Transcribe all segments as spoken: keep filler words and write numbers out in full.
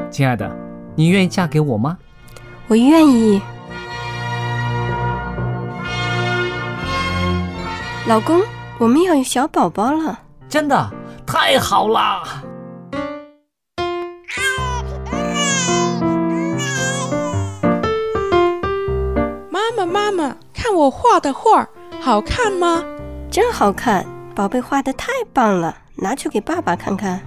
亲爱的，你愿意嫁给我吗？ 我愿意。老公，我们要有小宝宝了。 真的？太好了！ 妈妈，妈妈，看我画的画，好看吗？ 真好看，宝贝画得太棒了，拿去给爸爸看看。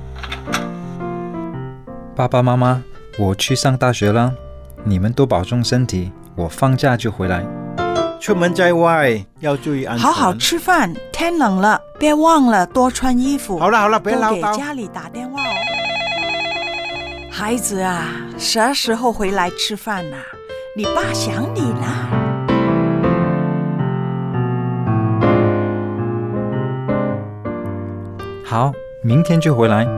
爸爸妈妈，我去上大学了，你们都保重身体，我放假就回来。 出门在外要注意安全。 好好吃饭，天冷了，别忘了多穿衣服。 好了好了，别唠叨。 多给家里打电话哦。孩子啊，啥时候回来吃饭啊？你爸想你啦。 好，明天就回来。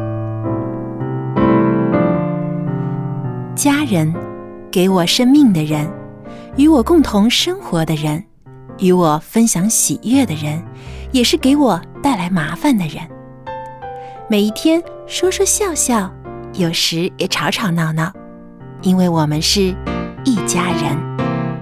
家人，给我生命的人，与我共同生活的人，与我分享喜悦的人，也是给我带来麻烦的人。每一天说说笑笑，有时也吵吵闹闹，因为我们是一家人。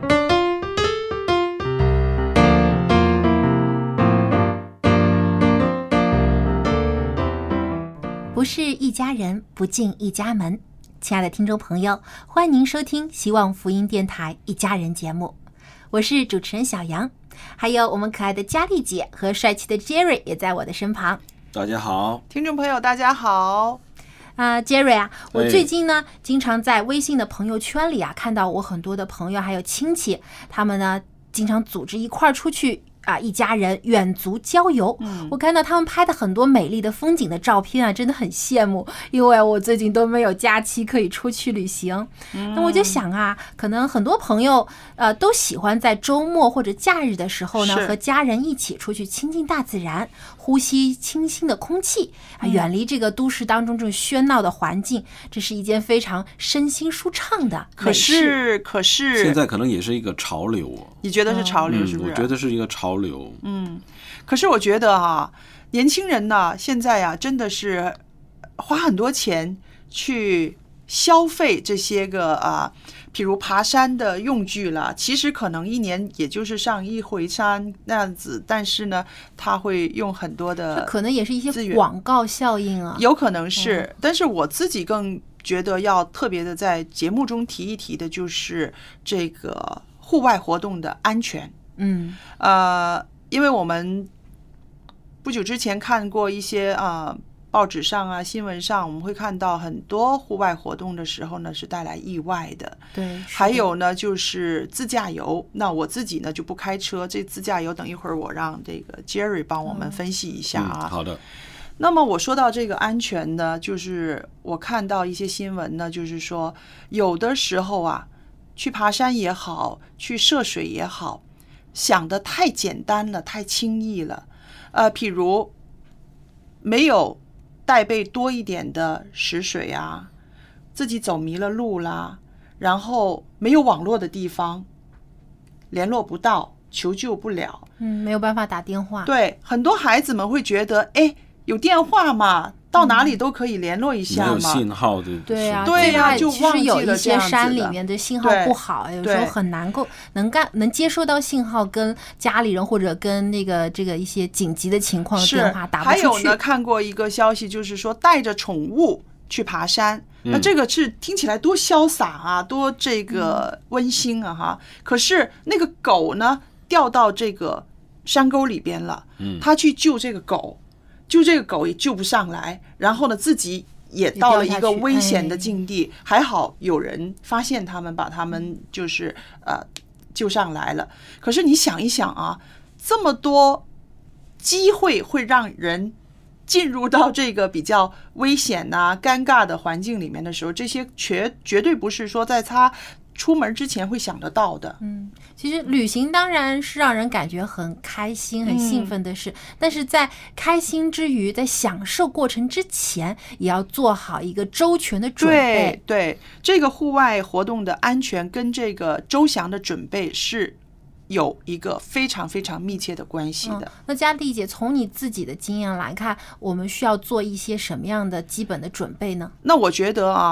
不是一家人，不进一家门。亲爱的听众朋友，欢迎您收听希望福音电台一家人节目，我是主持人小杨，还有我们可爱的佳丽姐和帅气的 Jerry 也在我的身旁。 大家好， 听众朋友大家好。 啊、uh, ，Jerry 啊，我最近呢，经常在微信的朋友圈里啊，看到我很多的朋友还有亲戚，他们呢经常组织一块儿出去。啊，一家人远足郊游、嗯、我看到他们拍的很多美丽的风景的照片啊，真的很羡慕，因为我最近都没有假期可以出去旅行、嗯、那我就想啊，可能很多朋友呃都喜欢在周末或者假日的时候呢，和家人一起出去亲近大自然，呼吸清新的空气啊，远离这个都市当中这种喧闹的环境，这是一件非常身心舒畅的。 可是可是现在可能也是一个潮流哦。 你觉得是潮流是不是、 嗯、我觉得是一个潮流。 嗯，可是我觉得啊，年轻人呢，现在啊，真的是花很多钱去消费这些个啊，譬如爬山的用具了。其实可能一年也就是上一回山那样子，但是呢，他会用很多的， 可能也是一些广告效应啊， 有可能是。嗯、但是我自己更觉得要特别的在节目中提一提的，就是这个户外活动的安全。 嗯， 呃。因为我们不久之前看过一些啊报纸上啊新闻上，我们会看到很多户外活动的时候呢是带来意外的。 对， 还有呢就是自驾游。那我自己呢就不开车，这自驾游等一会儿我让这个 Jerry 帮我们分析一下啊。 嗯、好的。 那么我说到这个安全呢，就是我看到一些新闻呢，就是说有的时候啊，去爬山也好，去涉水也好。想的太简单了，太轻易了，呃，譬如没有带备多一点的食水啊，自己走迷了路啦，然后没有网络的地方，联络不到，求救不了， 嗯，没有办法打电话。 对，很多孩子们会觉得，哎，有电话嘛。到哪里都可以联络一下嘛， 没有信号的。 对啊， 对啊，就忘记了这样子的。 其实有一些山里面的信号不好，有时候很难够能干能接收到信号，跟家里人或者跟那个这个一些紧急的情况的电话打不出去。 还有呢，看过一个消息，就是说带着宠物去爬山， 嗯、 那这个是听起来多潇洒啊，多这个温馨啊哈。嗯、可是那个狗呢，掉到这个山沟里边了， 嗯， 他去救这个狗。救这个狗也救不上来，然后呢，自己也到了一个危险的境地，还好有人发现他们，把他们就是呃救上来了。可是你想一想啊，这么多机会会让人进入到这个比较危险呐、啊、尴尬的环境里面的时候，这些绝绝对不是说在他出门之前会想得到的。 嗯，其实旅行当然是让人感觉很开心很兴奋的事、嗯、但是在开心之余，在享受过程之前也要做好一个周全的准备。 对对，这个户外活动的安全跟这个周详的准备是有一个非常非常密切的关系的。 嗯、那佳丽姐，从你自己的经验来看，我们需要做一些什么样的基本的准备呢？ 那我觉得啊，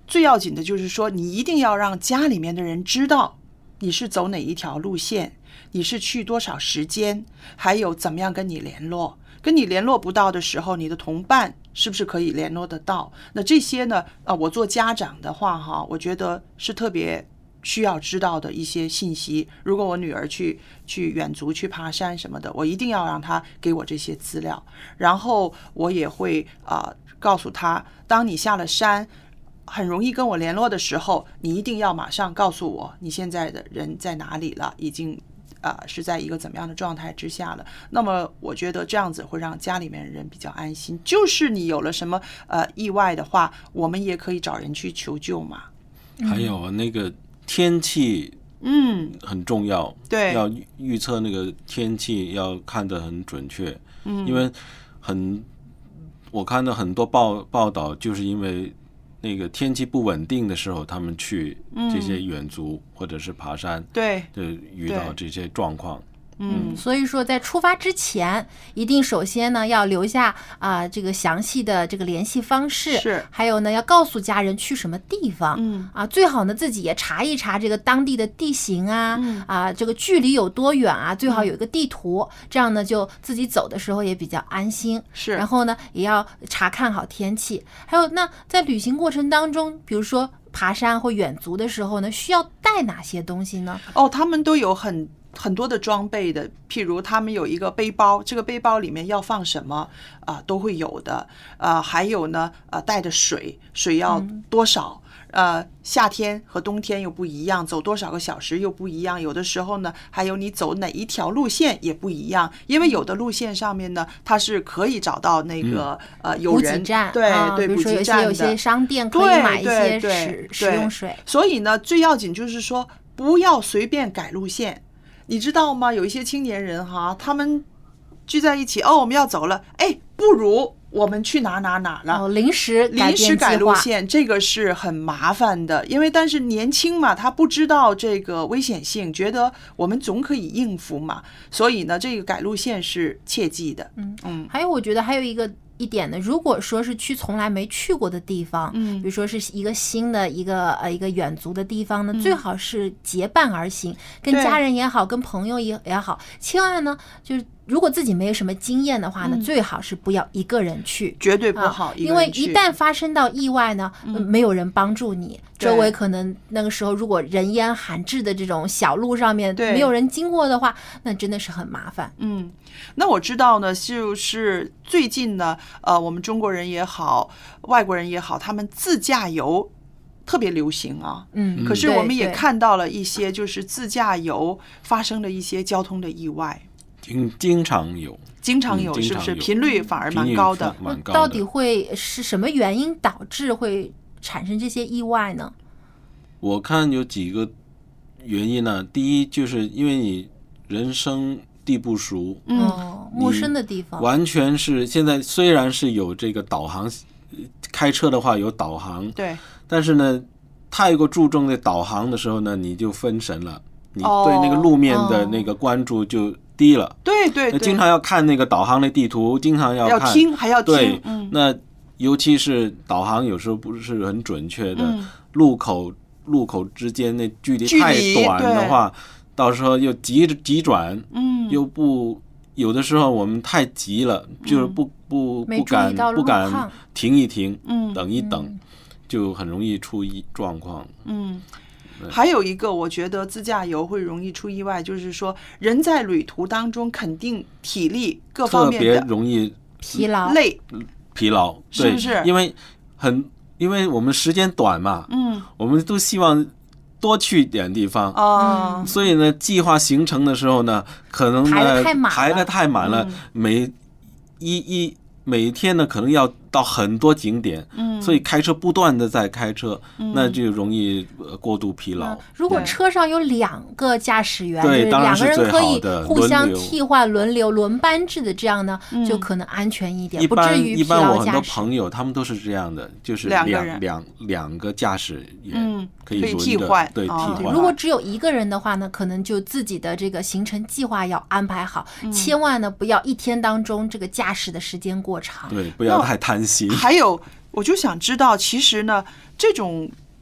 最要紧的就是说，你一定要让家里面的人知道你是走哪一条路线，你是去多少时间，还有怎么样跟你联络。跟你联络不到的时候，你的同伴是不是可以联络得到？那这些呢？啊，我做家长的话，哈，我觉得是特别需要知道的一些信息。如果我女儿去去远足、去爬山什么的，我一定要让她给我这些资料。然后我也会啊、呃、告诉她，当你下了山，很容易跟我联络的时候，你一定要马上告诉我你现在的人在哪里了，已经。呃，是在一个怎么样的状态之下了？那么我觉得这样子会让家里面的人比较安心。就是你有了什么呃意外的话，我们也可以找人去求救嘛。 还有那个天气， 嗯， 很重要。 对， 要预测那个天气要看得很准确。嗯，因为很我看到很多报报道，就是因为那个天气不稳定的时候，他们去这些远足或者是爬山， 对， 就遇到这些状况。 嗯，所以说在出发之前，一定首先呢要留下啊、呃、这个详细的这个联系方式， 是， 还有呢要告诉家人去什么地方， 嗯啊最好呢自己也查一查这个当地的地形啊， 嗯啊这个距离有多远啊，最好有一个地图，这样呢就自己走的时候也比较安心。 是， 然后呢也要查看好天气，还有那在旅行过程当中，比如说爬山或远足的时候呢，需要带哪些东西呢？ 哦，他们都有很。很多的装备的，譬如他们有一个背包，这个背包里面要放什么啊、呃，都会有的。啊、呃，还有呢，啊、呃，带的水，水要多少？嗯、呃，夏天和冬天又不一样，走多少个小时又不一样。有的时候呢，还有你走哪一条路线也不一样，因为有的路线上面呢，它是可以找到那个、嗯、呃有人补给站， 对、 啊、 对， 比如说有些有些商店可以买一些食食用水。 所以呢，最要紧就是说，不要随便改路线。你知道吗？有一些青年人哈，他们聚在一起，哦，我们要走了，哎，不如我们去哪哪哪了？ 哦，临时临时改路线，这个是很麻烦的，因为但是年轻嘛，他不知道这个危险性，觉得我们总可以应付嘛，所以呢，这个改路线是切记的。 嗯嗯，还有我觉得还有一个。一点呢，如果说是去从来没去过的地方，嗯，比如说是一个新的一个呃一个远足的地方呢，嗯、最好是结伴而行，跟家人也好，跟朋友也也好，千万呢就是如果自己没有什么经验的话呢，嗯、最好是不要一个人去， 绝对不好、啊， 因为一旦发生到意外呢，嗯、没有人帮助你，周围可能那个时候如果人烟罕至的这种小路上面没有人经过的话，那真的是很麻烦。 嗯，那我知道呢，就是最近呢。呃，我们中国人也好，外国人也好，他们自驾游特别流行啊。 嗯， 可是我们也看到了一些，就是自驾游发生了一些交通的意外。 经经常有， 经常有，是不是？频率反而蛮高的。 蛮高的。 到底会是什么原因导致会产生这些意外呢？ 我看有几个原因呢、啊。第一，就是因为你人生地不熟， 嗯，陌生的地方， 完全是现在虽然是有这个导航，开车的话有导航， 对， 但是呢，太过注重在导航的时候呢，你就分神了，你对那个路面的那个关注就低了， 哦、对对对， 经常要看那个导航的地图，经常要看， 要听还要听， 对， 嗯、 那尤其是导航有时候不是很准确的， 嗯、 路口路口之间那距离太短的话。到时候又急急转，嗯，又不有的时候我们太急了，嗯、就是不不不敢不敢停一停，嗯，等一等，嗯、就很容易出意状况。 嗯，还有一个，我觉得自驾游会容易出意外，就是说人在旅途当中肯定体力各方面的特别容易疲劳累疲劳， 是不是？ 因为很因为我们时间短嘛， 嗯， 我们都希望。多去一点地方啊、 嗯，所以呢，计划行程的时候呢，可能呢排得太满了， 嗯、 每一一每天呢，可能要到很多景点， 嗯， 所以开车不断的在开车，嗯、那就容易过度疲劳。 嗯、如果车上有两个驾驶员， 对，当然两个人可以互相轮替换、轮流、轮班制的这样呢， 嗯、 就可能安全一点， 一般不至于一疲劳驾驶。 般我很多朋友他们都是这样的，就是两两两两个驾驶员。 嗯可以轮替换， 对，替换。 如果只有一个人的话呢，可能就自己的这个行程计划要安排好， 嗯、 千万呢不要一天当中这个驾驶的时间过长。 对，不要太贪心。 还有，我就想知道，其实呢，这种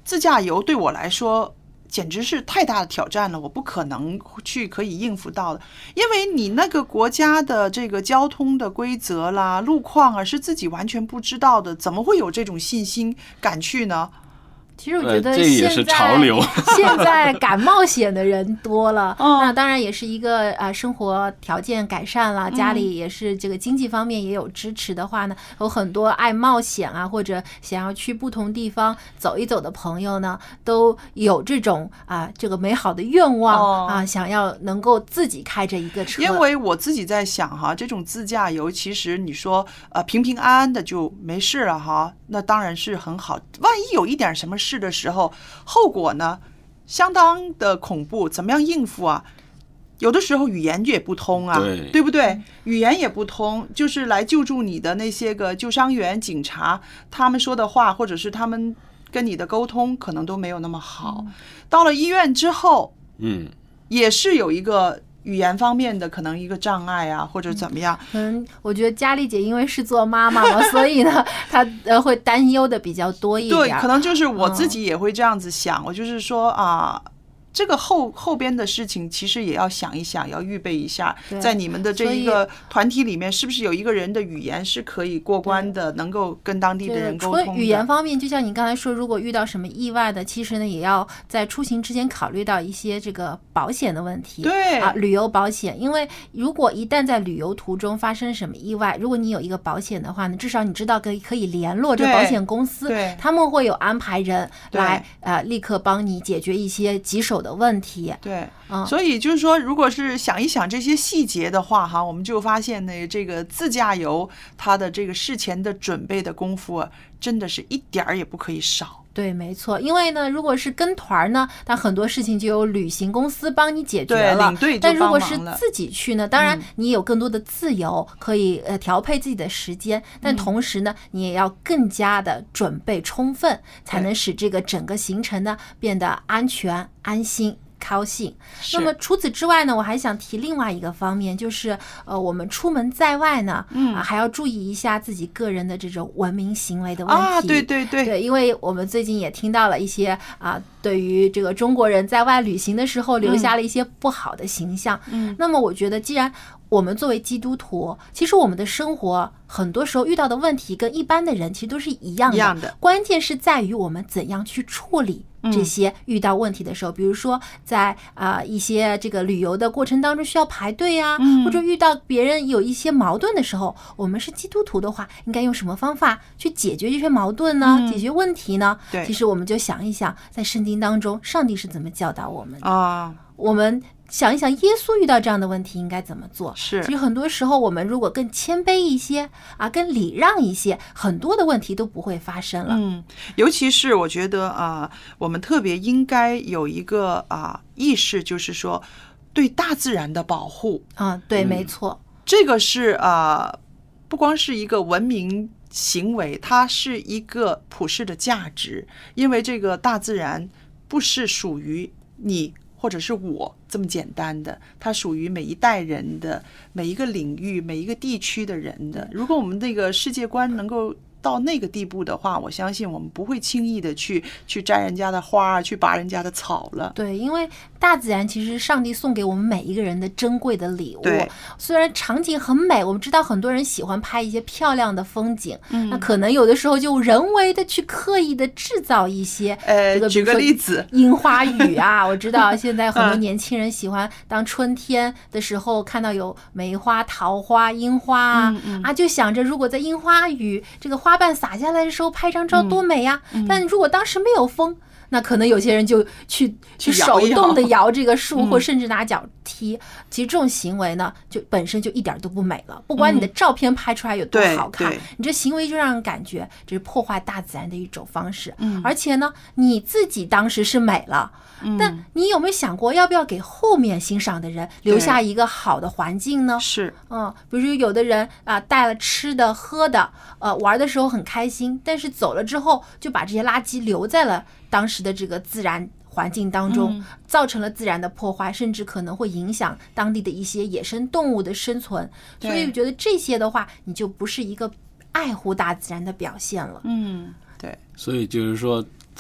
自驾游对我来说简直是太大的挑战了，我不可能去可以应付到的，因为你那个国家的这个交通的规则啦、路况啊，是自己完全不知道的，怎么会有这种信心敢去呢？ 其实我觉得这也是潮流。 现在敢冒险的人多了， 嗯、 那当然也是一个呃生活条件改善了，家里也是这个经济方面也有支持的话呢，有很多爱冒险啊或者想要去不同地方走一走的朋友呢，都有这种啊、呃、这个美好的愿望、哦、啊，想要能够自己开着一个车。 因为我自己在想哈，这种自驾游其实你说呃平平安安的就没事了哈，那当然是很好。万一有一点什么事的时候，后果呢相当的恐怖，怎么样应付啊？有的时候语言也不通啊， 对, 对不对？语言也不通，就是来救助你的那些个救伤员、警察，他们说的话或者是他们跟你的沟通可能都没有那么好。嗯、到了医院之后，嗯，也是有一个语言方面的可能一个障碍啊，或者怎么样。 嗯，我觉得佳丽姐因为是做妈妈嘛，所以呢，她呃会担忧的比较多一点。 对，可能就是我自己也会这样子想，嗯、我就是说啊。这个后后边的事情其实也要想一想，要预备一下，在你们的这一个团体里面，是不是有一个人的语言是可以过关的，能够跟当地的人沟通的。 除了语言方面，就像你刚才说，如果遇到什么意外的，其实呢，也要在出行之前考虑到一些这个保险的问题。 对啊，旅游保险，因为如果一旦在旅游途中发生什么意外，如果你有一个保险的话呢，至少你知道可以可以联络这保险公司，他们会有安排人来呃立刻帮你解决一些棘手的问题。 对，嗯，所以就是说，如果是想一想这些细节的话，哈，我们就发现呢，这个自驾游它的这个事前的准备的功夫啊，真的是一点儿也不可以少。 对，没错，因为呢，如果是跟团呢，但很多事情就有旅行公司帮你解决了。 领队就但如果是自己去呢，当然你有更多的自由，嗯、可以呃调配自己的时间，但同时呢，你也要更加的准备充分，才能使这个整个行程呢变得安全、安心。高兴。那么除此之外呢，我还想提另外一个方面，就是呃，我们出门在外呢，嗯、啊，还要注意一下自己个人的这种文明行为的问题。 啊，对对对， 对，因为我们最近也听到了一些啊，对于这个中国人在外旅行的时候留下了一些不好的形象。嗯，那么我觉得，既然我们作为基督徒，其实我们的生活很多时候遇到的问题跟一般的人其实都是一样的， 一样的。 关键是在于我们怎样去处理这些遇到问题的时候，嗯、比如说在啊、呃、一些这个旅游的过程当中需要排队啊，嗯、或者遇到别人有一些矛盾的时候，我们是基督徒的话，应该用什么方法去解决这些矛盾呢？嗯、解决问题呢？ 对， 其实我们就想一想，在圣经当中，上帝是怎么教导我们的啊？ 我们想一想，耶稣遇到这样的问题应该怎么做？ 是， 其实很多时候我们如果更谦卑一些啊，更礼让一些，很多的问题都不会发生了。 嗯，尤其是我觉得啊、呃，我们特别应该有一个啊、呃、意识，就是说对大自然的保护。 啊，对，嗯、没错， 这个是啊、呃，不光是一个文明行为，它是一个普世的价值，因为这个大自然不是属于你或者是我这么简单的，它属于每一代人的，每一个领域、每一个地区的人的。如果我们那个世界观能够到那个地步的话，我相信我们不会轻易的去去摘人家的花，去拔人家的草了。 对，因为大自然其实上帝送给我们每一个人的珍贵的礼物。 对， 虽然场景很美，我们知道很多人喜欢拍一些漂亮的风景，嗯、那可能有的时候就人为的去刻意的制造一些， 呃， 这个举个例子， 樱花雨啊，我知道现在很多年轻人喜欢当春天的时候看到有梅花、桃花、樱花啊，嗯嗯、啊，就想着如果在樱花雨这个花瓣洒下来的时候拍张照多美呀，啊！嗯嗯、但如果当时没有风，那可能有些人就去去手动的摇这个树，或甚至拿脚踢。其实这种行为呢，就本身就一点都不美了。不管你的照片拍出来有多好看，你这行为就让人感觉这是破坏大自然的一种方式。而且呢，你自己当时是美了，但你有没有想过，要不要给后面欣赏的人留下一个好的环境呢？ 是， 嗯，比如说有的人啊，带了吃的喝的，呃，玩的时候很开心，但是走了之后就把这些垃圾留在了当时的这个自然环境当中，造成了自然的破坏，甚至可能会影响当地的一些野生动物的生存。所以我觉得这些的话，你就不是一个爱护大自然的表现了。 嗯，对。 所以就是说，在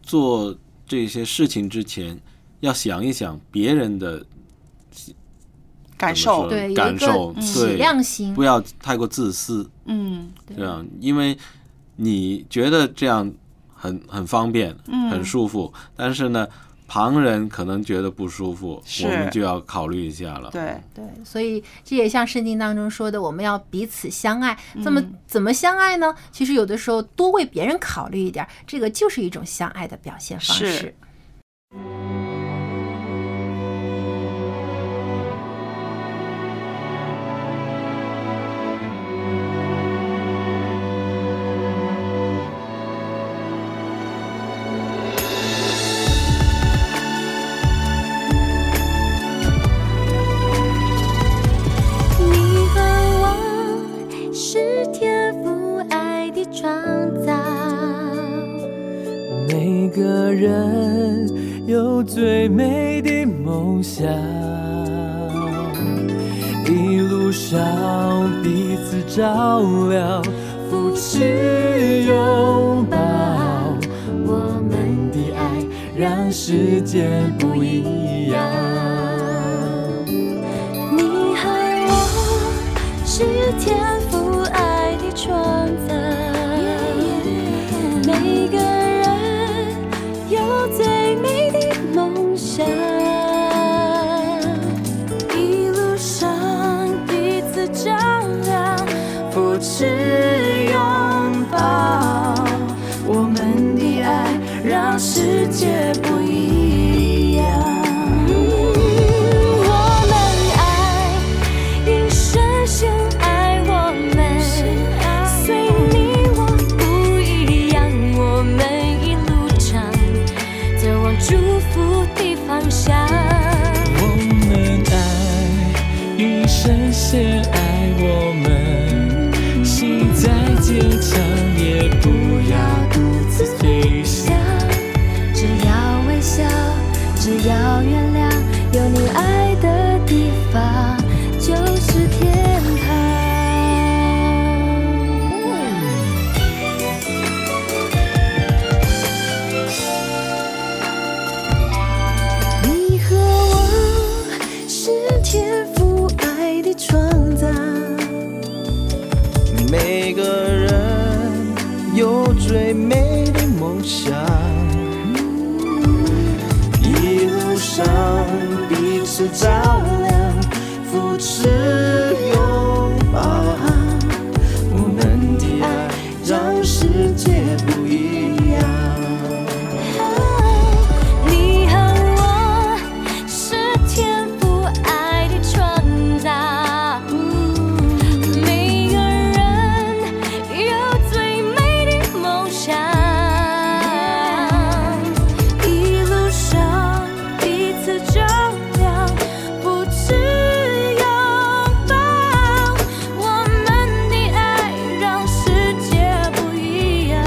做这些事情之前，要想一想别人的感受， 对， 感受， 体谅心， 不要太过自私。 嗯， 这样，因为你觉得这样很很方便， 嗯， 很舒服，但是呢，旁人可能觉得不舒服，我们就要考虑一下了。 对对，所以这也像圣经当中说的，我们要彼此相爱。那么怎么相爱呢？其实有的时候多为别人考虑一点，这个就是一种相爱的表现方式。 是每个人有最美的梦想，一路上彼此照料，扶持拥抱，我们的爱让世界不一样。 你和我是天父爱的创造，每个人有最美的梦想，一路上彼此照亮，扶持拥抱，我们的爱让世界不一样。我们爱，因深深爱我们，随你我不一样，我们一路上走往祝福的方向。 我们爱，因深深爱我们，心再坚强也不要独自飞翔。 只要微笑，只要原谅，有你爱的地方就是天堂。你和我是天父爱的创造， 每个人有最美的梦想，一路上彼此照亮，扶持拥抱，我们的爱让世界不一样。 你和我是天父爱的创造，每个人有最美的梦想，一路上彼此照亮，扶持拥抱，我们的爱让世界不一样。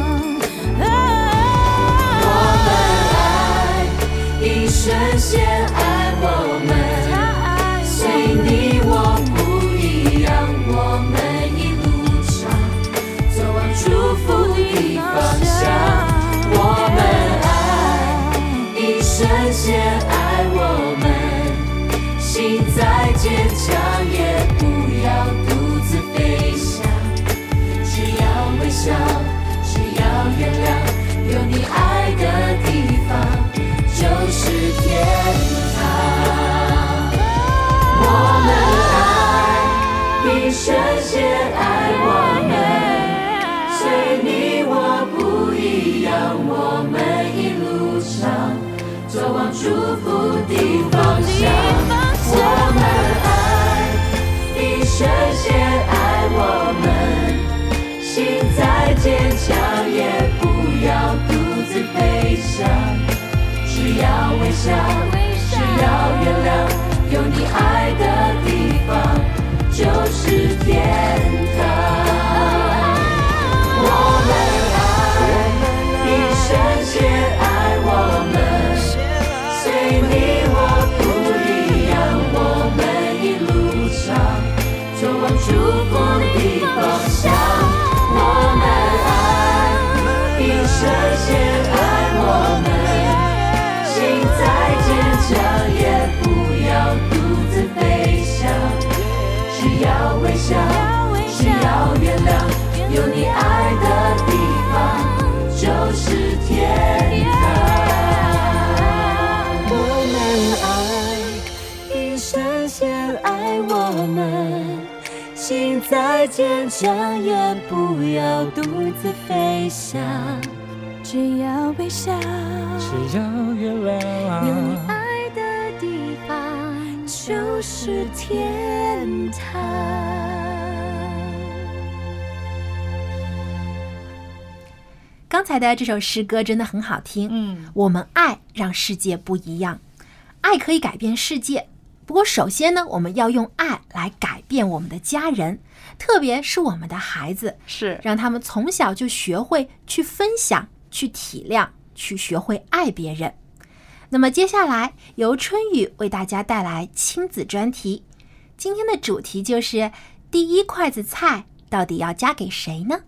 我们爱，因深深爱我们，随你我不一样，我们一路上走往祝福的方向。我们爱，因深深爱我们，心再坚强也不要独自飞翔。只要微笑，只要原谅，有你爱的地方就是天堂。我们爱，因深深爱我们，随你我不一样，我们一路上走往祝福的方向。我们爱，因深深爱我们，心再坚强也不要独自飞翔。只要微笑，只要原谅，有你爱的地方就是天堂。我们爱，因深深爱我们，随你我不一样，我们一路上走往祝福的方向。我们爱，因深深爱我们。 我们，心再坚强也不要独自飞翔，只要微笑，只要原谅，有你爱的地方就是天堂。我们爱，一生先爱我们，心再坚强也不要独自飞翔，只要微笑， 只要原谅， 有你爱的地方就是天堂。 刚才的这首诗歌真的很好听。 嗯， 我们爱让世界不一样，爱可以改变世界。不过首先呢，我们要用爱来改变我们的家人，特别是我们的孩子， 是让他们从小就学会去分享、去体谅、去学会爱别人。那么接下来由春雨为大家带来亲子专题，今天的主题就是第一筷子菜到底要夹给谁呢？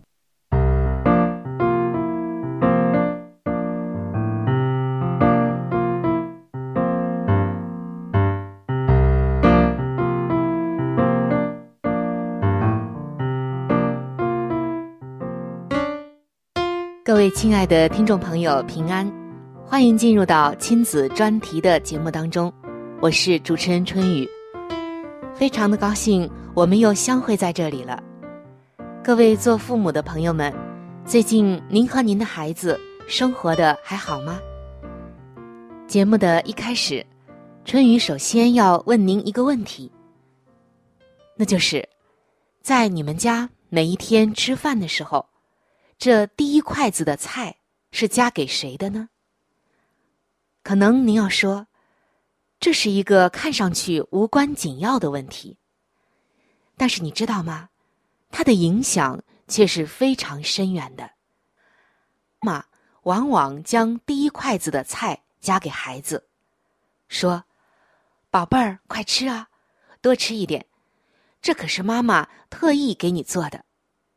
各位亲爱的听众朋友，平安，欢迎进入到亲子专题的节目当中，我是主持人春雨，非常的高兴我们又相会在这里了。各位做父母的朋友们，最近您和您的孩子生活的还好吗？节目的一开始，春雨首先要问您一个问题，那就是在你们家每一天吃饭的时候，这第一筷子的菜是夹给谁的呢？可能您要说，这是一个看上去无关紧要的问题，但是你知道吗？它的影响却是非常深远的。妈妈往往将第一筷子的菜夹给孩子，说：“宝贝儿，快吃啊，多吃一点，这可是妈妈特意给你做的。”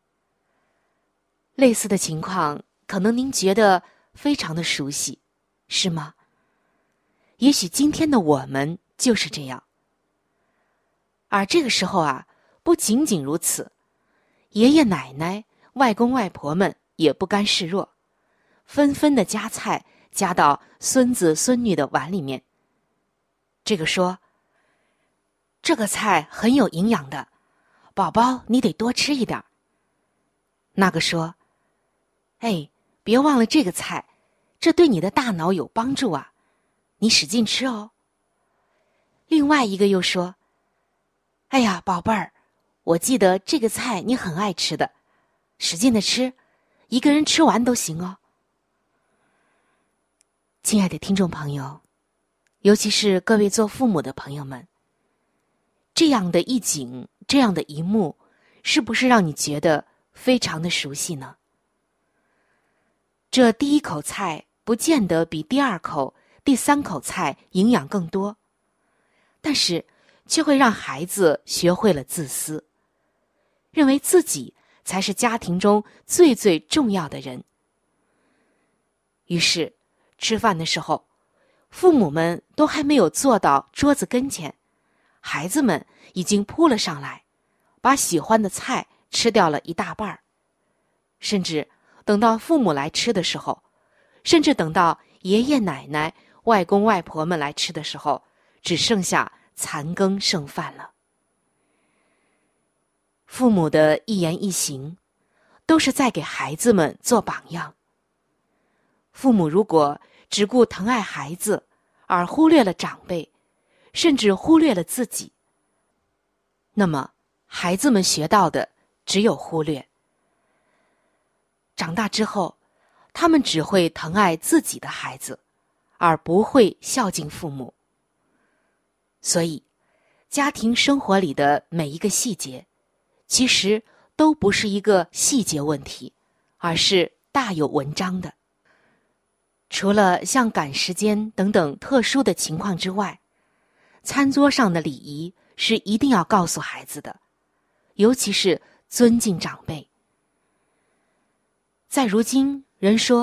类似的情况，可能您觉得非常的熟悉，是吗？也许今天的我们就是这样。而这个时候啊，不仅仅如此，爷爷奶奶、外公外婆们也不甘示弱，纷纷的夹菜夹到孙子孙女的碗里面。这个说：“这个菜很有营养的，宝宝你得多吃一点。”那个说：“哎，别忘了这个菜，这对你的大脑有帮助啊，你使劲吃哦。”另外一个又说：“哎呀，宝贝儿，我记得这个菜你很爱吃的，使劲的吃，一个人吃完都行哦。”亲爱的听众朋友，尤其是各位做父母的朋友们，这样的一景，这样的一幕，是不是让你觉得非常的熟悉呢？这第一口菜不见得比第二口、第三口菜营养更多，但是却会让孩子学会了自私，认为自己才是家庭中最最重要的人。于是吃饭的时候，父母们都还没有坐到桌子跟前，孩子们已经扑了上来，把喜欢的菜吃掉了一大半儿，甚至等到父母来吃的时候，甚至等到爷爷奶奶、外公外婆们来吃的时候，只剩下残羹剩饭了。父母的一言一行，都是在给孩子们做榜样。父母如果只顾疼爱孩子，而忽略了长辈，甚至忽略了自己，那么孩子们学到的只有忽略。长大之后，他们只会疼爱自己的孩子，而不会孝敬父母。所以，家庭生活里的每一个细节，其实都不是一个细节问题，而是大有文章的。除了像赶时间等等特殊的情况之外，餐桌上的礼仪是一定要告诉孩子的，尤其是尊敬长辈。在如今人说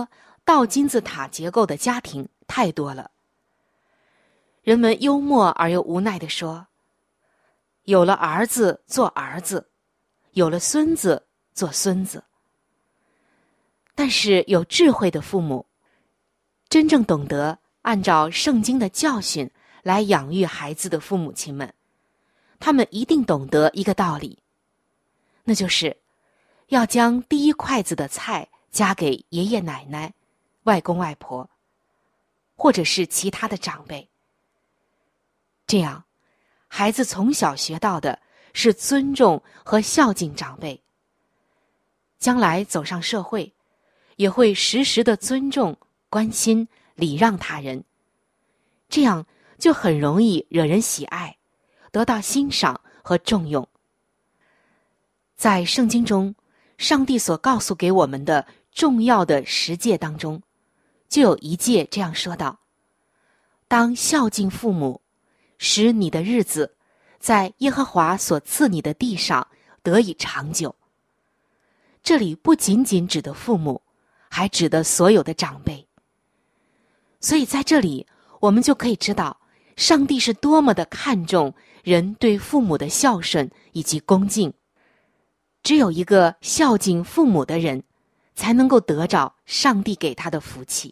倒金字塔结构的家庭太多了。人们幽默而又无奈地说，有了儿子做儿子，有了孙子做孙子。但是有智慧的父母，真正懂得按照圣经的教训来养育孩子的父母亲们，他们一定懂得一个道理，那就是要将第一筷子的菜夹给爷爷奶奶、外公外婆，或者是其他的长辈。这样，孩子从小学到的是尊重和孝敬长辈，将来走上社会，也会时时的尊重、关心、礼让他人，这样就很容易惹人喜爱，得到欣赏和重用。在圣经中，上帝所告诉给我们的重要的十诫当中，就有一诫这样说道：当孝敬父母，使你的日子在耶和华所赐你的地上得以长久。这里不仅仅指的父母，还指的所有的长辈。所以在这里我们就可以知道，上帝是多么的看重人对父母的孝顺以及恭敬。只有一个孝敬父母的人，才能够得着上帝给他的福气。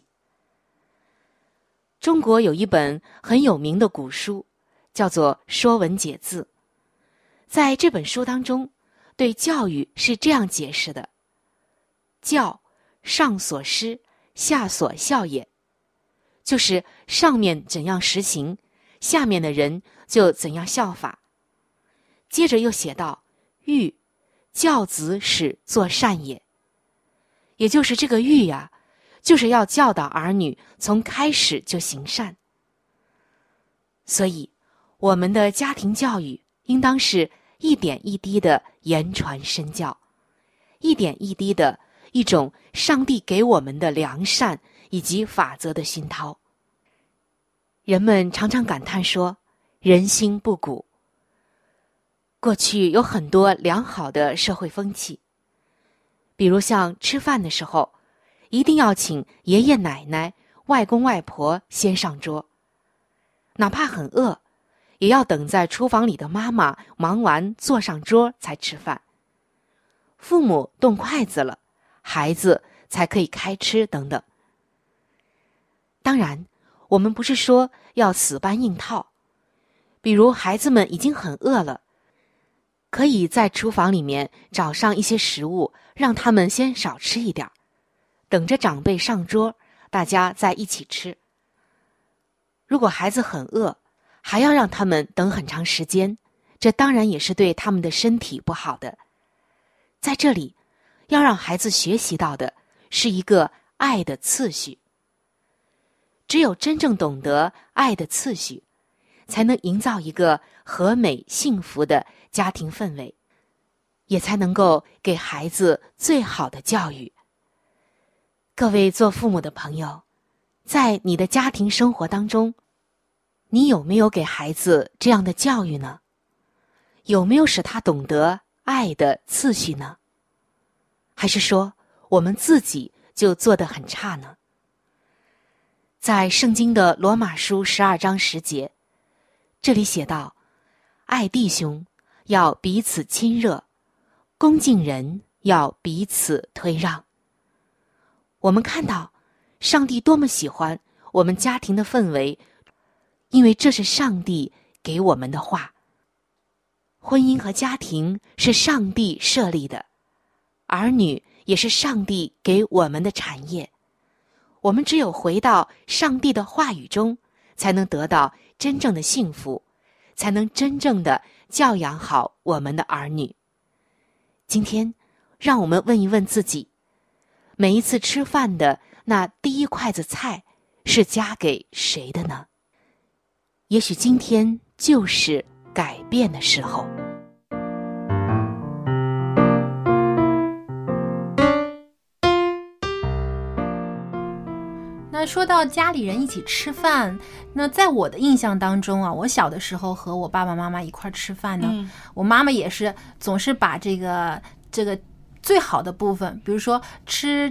中国有一本很有名的古书，叫做《说文解字》。在这本书当中，对教育是这样解释的：教，上所施，下所效也。就是上面怎样实行，下面的人就怎样效法。接着又写道：育，教子使作善也。也就是这个育呀、啊，就是要教导儿女从开始就行善。所以我们的家庭教育应当是一点一滴的言传身教，一点一滴的一种上帝给我们的良善以及法则的熏陶。人们常常感叹说，人心不古。过去有很多良好的社会风气，比如像吃饭的时候，一定要请爷爷奶奶、外公外婆先上桌，哪怕很饿，也要等在厨房里的妈妈忙完坐上桌才吃饭。父母动筷子了，孩子才可以开吃等等。当然，我们不是说要死搬硬套，比如孩子们已经很饿了，可以在厨房里面找上一些食物，让他们先少吃一点，等着长辈上桌，大家再一起吃。如果孩子很饿，还要让他们等很长时间，这当然也是对他们的身体不好的。在这里，要让孩子学习到的是一个爱的次序。只有真正懂得爱的次序，才能营造一个和美幸福的家庭氛围，也才能够给孩子最好的教育。各位做父母的朋友，在你的家庭生活当中，你有没有给孩子这样的教育呢？有没有使他懂得爱的次序呢？还是说我们自己就做得很差呢？在圣经的罗马书十二章十节，这里写道：爱弟兄要彼此亲热，恭敬人要彼此推让。我们看到上帝多么喜欢我们家庭的氛围，因为这是上帝给我们的话。婚姻和家庭是上帝设立的，儿女也是上帝给我们的产业。我们只有回到上帝的话语中，才能得到真正的幸福，才能真正的教养好我们的儿女。今天，让我们问一问自己，每一次吃饭的那第一筷子菜是夹给谁的呢？也许今天就是改变的时候。 那说到家里人一起吃饭，那在我的印象当中啊，我小的时候和我爸爸妈妈一块吃饭呢，嗯、我妈妈也是总是把这个这个最好的部分，比如说吃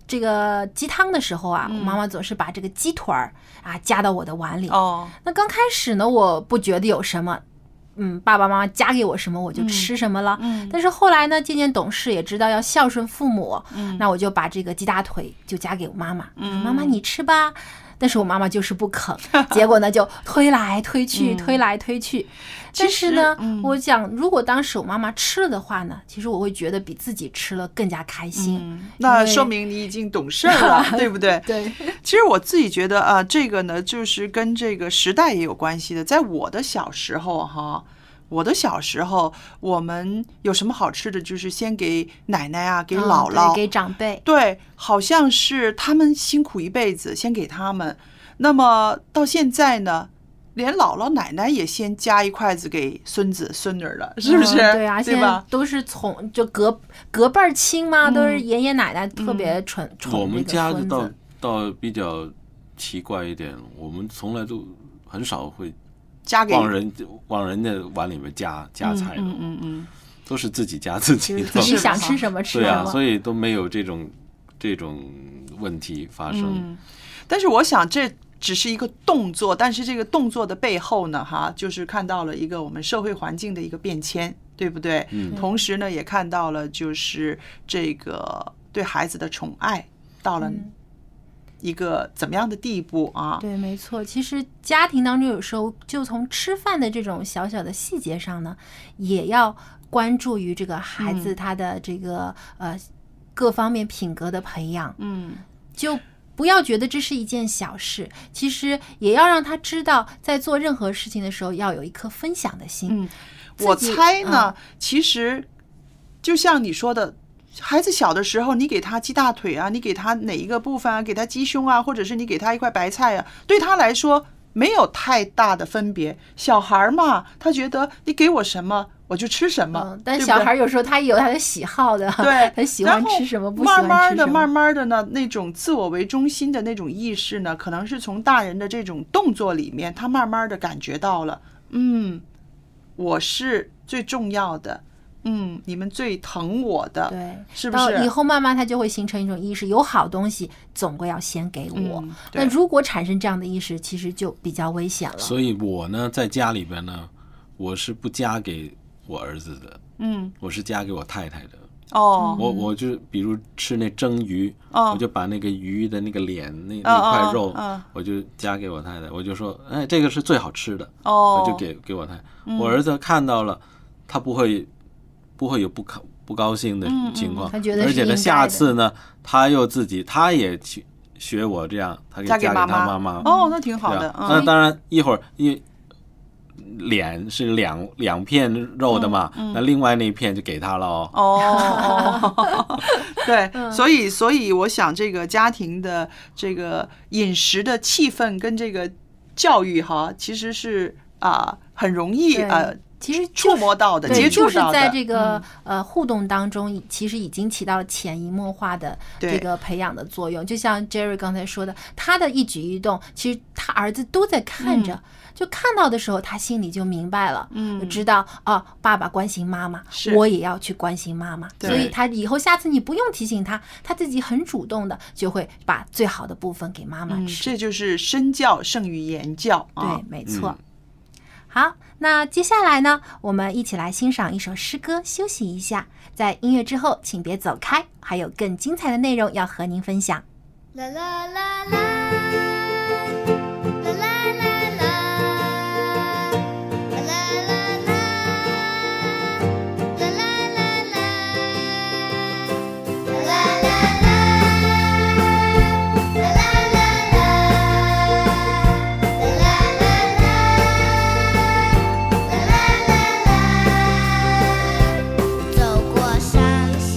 这个鸡汤的时候啊，我妈妈总是把这个鸡腿儿啊加到我的碗里。 哦， 那刚开始呢，我不觉得有什么。嗯，爸爸妈妈夹给我什么我就吃什么了。 嗯， 但是后来呢，渐渐懂事，也知道要孝顺父母。 嗯， 那我就把这个鸡大腿就夹给我妈妈。 嗯， 妈妈你吃吧。但是我妈妈就是不肯，结果呢就推来推去， 嗯、 推来推去。但是呢，嗯、我讲如果当时我妈妈吃了的话呢，其实我会觉得比自己吃了更加开心。 嗯、那说明你已经懂事了，对不对？ 对。 其实我自己觉得啊，这个呢，就是跟这个时代也有关系的。在我的小时候哈。我的小时候，我们有什么好吃的，就是先给奶奶啊，给姥姥， 嗯、给长辈。 对，好像是他们辛苦一辈子，先给他们。那么到现在呢，连姥姥奶奶也先夹一筷子给孙子孙女了，是不是？ 嗯、对啊， 对吧？ 现在都是从就隔隔辈儿亲嘛，嗯、都是爷爷奶奶特别宠、嗯、宠我们家的倒倒比较奇怪一点，我们从来都很少会。 加给往人往人家碗里面加加菜的， 嗯嗯嗯， 都是自己加自己的， 自己想吃什么吃什么。 对啊，所以都没有这种这种问题发生。 嗯，但是我想这只是一个动作，但是这个动作的背后呢，哈，就是看到了一个我们社会环境的一个变迁，对不对？ 嗯。 同时呢，也看到了就是这个对孩子的宠爱到了。嗯一个怎么样的地步啊？ 对，没错。其实家庭当中有时候就从吃饭的这种小小的细节上呢，也要关注于这个孩子他的这个、嗯、呃各方面品格的培养。 嗯， 就不要觉得这是一件小事，其实也要让他知道，在做任何事情的时候要有一颗分享的心。 嗯，我猜呢、嗯，其实就像你说的。孩子小的时候，你给他鸡大腿啊，你给他哪一个部分啊，给他鸡胸啊，或者是你给他一块白菜啊，对他来说没有太大的分别。小孩嘛，他觉得你给我什么我就吃什么。 嗯、但小孩有时候他有他的喜好的， 对， 他喜欢吃什么，不喜欢吃什么。 慢慢的、慢慢的呢，那种自我为中心的那种意识呢，可能是从大人的这种动作里面，他慢慢的感觉到了，嗯，我是最重要的。嗯，你们最疼我的， 对， 是不是？ 到以后慢慢他就会形成一种意识，有好东西总归要先给我。 嗯、 那如果产生这样的意识，其实就比较危险了。 所以我呢，在家里边呢，我是不夹给我儿子的， 嗯， 我是夹给我太太的。 哦， 我我就比如吃那蒸鱼， 哦、 我就把那个鱼的那个脸那那块肉， 哦哦、 我就夹给我太太，我就说，哎，这个是最好吃的， 哦， 我就给给我太太。 嗯、 我儿子看到了，他不会。不会有不高不高兴的情况， 嗯嗯、他觉得而且呢，下次呢，他又自己他也去学我这样，他给嫁给他妈妈。 哦，那挺好的。 嗯、那当然，一会儿一脸是两两片肉的嘛， 嗯嗯、 那另外那一片就给他了哦。 哦，对，所以所以我想，这个家庭的这个饮食的气氛跟这个教育哈，其实是啊、呃、很容易呃。 其实触摸到的、接触到的， 就是在这个、嗯、呃互动当中，其实已经起到了潜移默化的这个培养的作用。就像 Jerry 刚才说的，他的一举一动，其实他儿子都在看着，嗯、就看到的时候，他心里就明白了， 嗯， 就知道哦，爸爸关心妈妈，我也要去关心妈妈。所以他以后下次你不用提醒他，他自己很主动的就会把最好的部分给妈妈吃。 嗯、这就是身教胜于言教啊！ 对，没错。嗯好，那接下来呢，我们一起来欣赏一首诗歌，休息一下。在音乐之后，请别走开，还有更精彩的内容要和您分享。啦啦啦啦。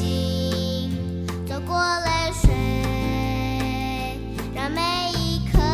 走过泪水，让每一颗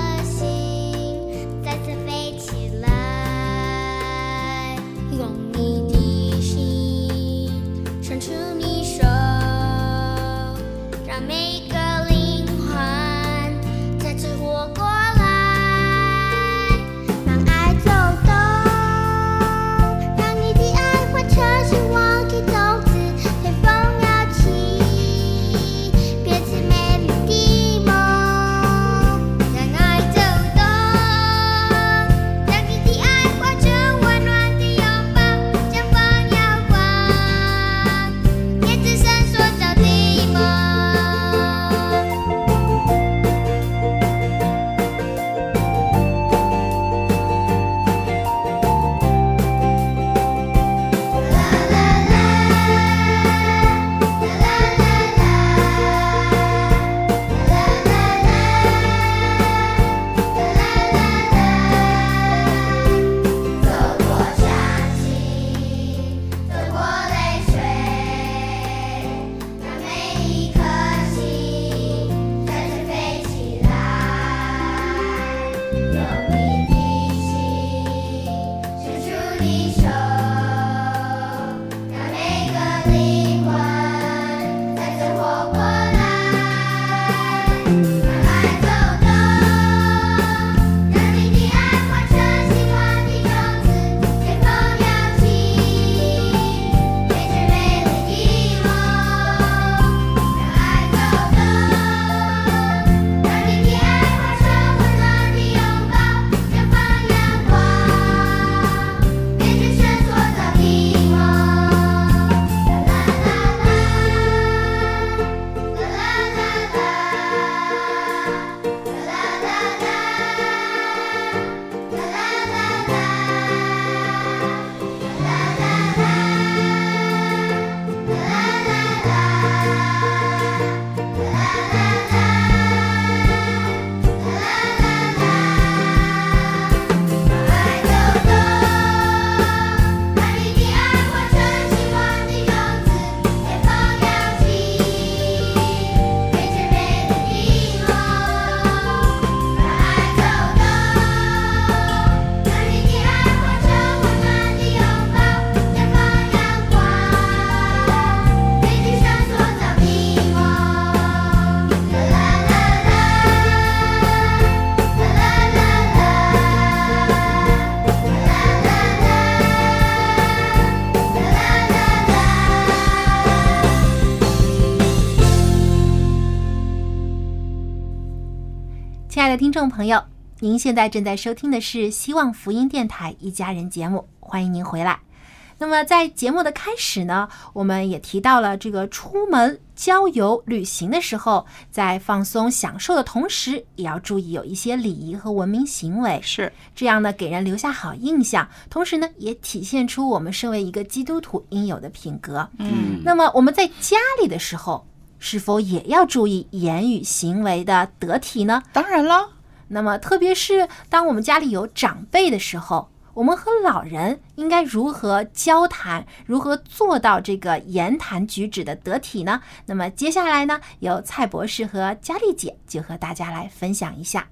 亲爱的听众朋友，您现在正在收听的是希望福音电台一家人节目，欢迎您回来。那么在节目的开始呢，我们也提到了这个出门郊游旅行的时候，在放松享受的同时，也要注意有一些礼仪和文明行为， 是这样呢，给人留下好印象，同时呢，也体现出我们身为一个基督徒应有的品格。 嗯， 那么我们在家里的时候，是否也要注意言语行为的得体呢？ 当然了。 那么特别是当我们家里有长辈的时候，我们和老人应该如何交谈，如何做到这个言谈举止的得体呢？那么接下来呢，由蔡博士和佳丽姐就和大家来分享一下。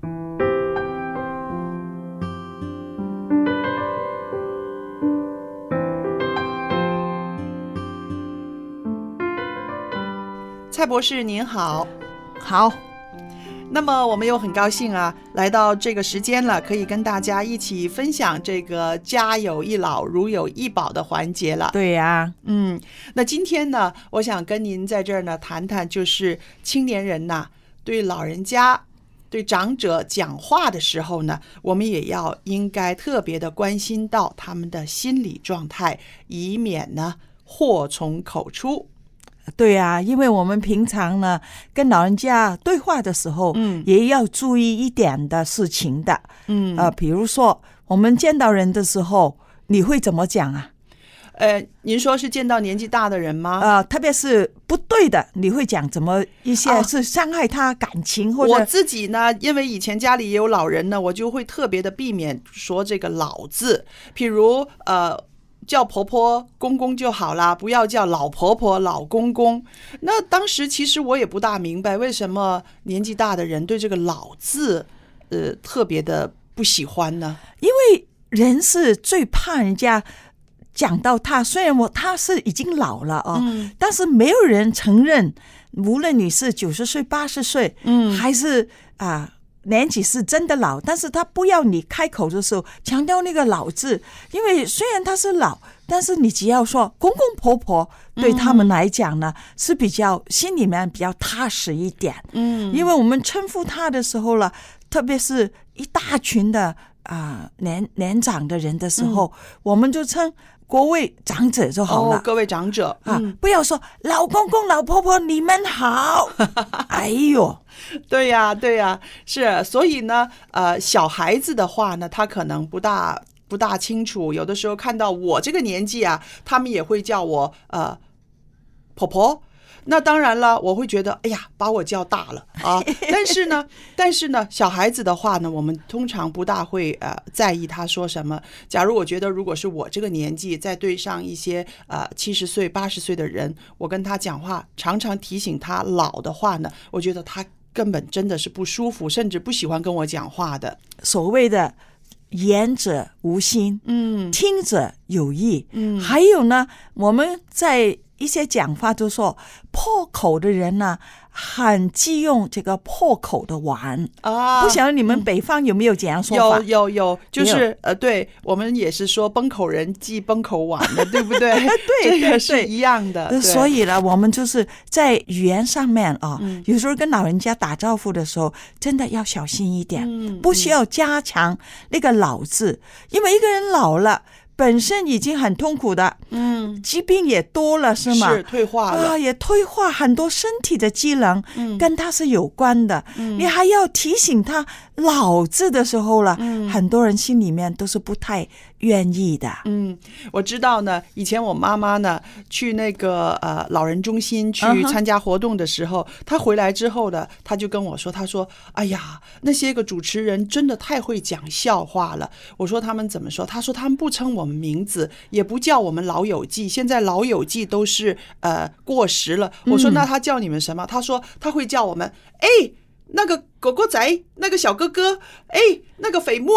蔡博士您好。 好， 那么我们又很高兴啊，来到这个时间了，可以跟大家一起分享这个家有一老如有一宝的环节了。 对呀、啊， 嗯，那今天呢，我想跟您在这儿呢谈谈，就是青年人呐，对老人家、对长者讲话的时候呢，我们也要应该特别的关心到他们的心理状态，以免呢祸从口出。 对啊，因为我们平常呢跟老人家对话的时候，嗯，也要注意一点的事情的，嗯，呃，比如说我们见到人的时候，你会怎么讲啊？ 呃，您说是见到年纪大的人吗？ 呃，特别是不对的，你会讲怎么一些是伤害他感情、哦、或者我自己呢，因为以前家里也有老人呢，我就会特别的避免说这个老字，譬如呃。叫婆婆公公就好啦，不要叫老婆婆老公公。那当时其实我也不大明白为什么年纪大的人对这个老字呃特别的不喜欢呢？ 因为人是最怕人家讲到他，虽然我他是已经老了哦，嗯、但是没有人承认，无论你是九十岁、八十岁，嗯，还是啊。年纪是真的老，但是他不要你开口的时候强调那个老字，因为虽然他是老，但是你只要说公公婆婆，对他们来讲呢、嗯、是比较心里面比较踏实一点。嗯，因为我们称呼他的时候了，特别是一大群的啊、呃、年年长的人的时候，嗯、我们就称各位长者就好了。 哦，各位长者、 嗯、啊，不要说老公公老婆婆你们好。哎呦， 对呀对呀，是，所以呢呃小孩子的话呢，他可能不大不大清楚，有的时候看到我这个年纪啊，他们也会叫我呃婆婆。那当然了，我会觉得哎呀把我叫大了啊。但是呢但是呢小孩子的话呢，我们通常不大会呃在意他说什么。假如我觉得如果是我这个年纪再对上一些呃七十岁八十岁的人，我跟他讲话常常提醒他老的话呢，我觉得他根本真的是不舒服，甚至不喜欢跟我讲话的。 所谓的言者无心，嗯，听者有意，嗯，还有呢，我们在一些讲法就说破口的人呢，很忌用这个破口的碗啊。不晓得你们北方有没有这样说法？ 有有有，就是呃，对我们也是说崩口人忌崩口碗的，对不对？ 对， 这个是一样的。 所以呢，我们就是在语言上面啊、嗯，有时候跟老人家打招呼的时候，真的要小心一点，嗯、不需要加强那个老字，因为一个人老了。本身已经很痛苦的，嗯，疾病也多了，是吗？ 是退化了啊，也退化很多身体的机能，嗯，跟它是有关的。嗯，你还要提醒他老字的时候了，嗯，很多人心里面都是不太愿意的。 嗯，我知道呢。以前我妈妈呢去那个呃老人中心去参加活动的时候，嗯、她回来之后呢，她就跟我说，她说：“哎呀，那些个主持人真的太会讲笑话了。”我说他们怎么说？她说他们不称我们名字，也不叫我们老友记，现在老友记都是呃过时了。我说那他叫你们什么？他说他会叫我们哎那个狗狗仔，那个小哥哥，哎那个肥妹。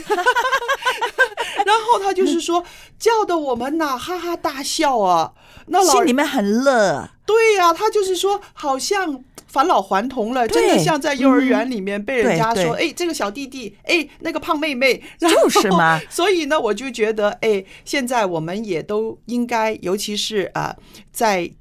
然后他就是说叫的我们呐哈哈大笑啊，那心里面很乐。 对呀、啊，他就是说好像返老还童了，真的像在幼儿园里面被人家说，哎、嗯，这个小弟弟，哎，那个胖妹妹， 就是嘛。 所以呢，我就觉得，哎，现在我们也都应该，尤其是啊、呃，在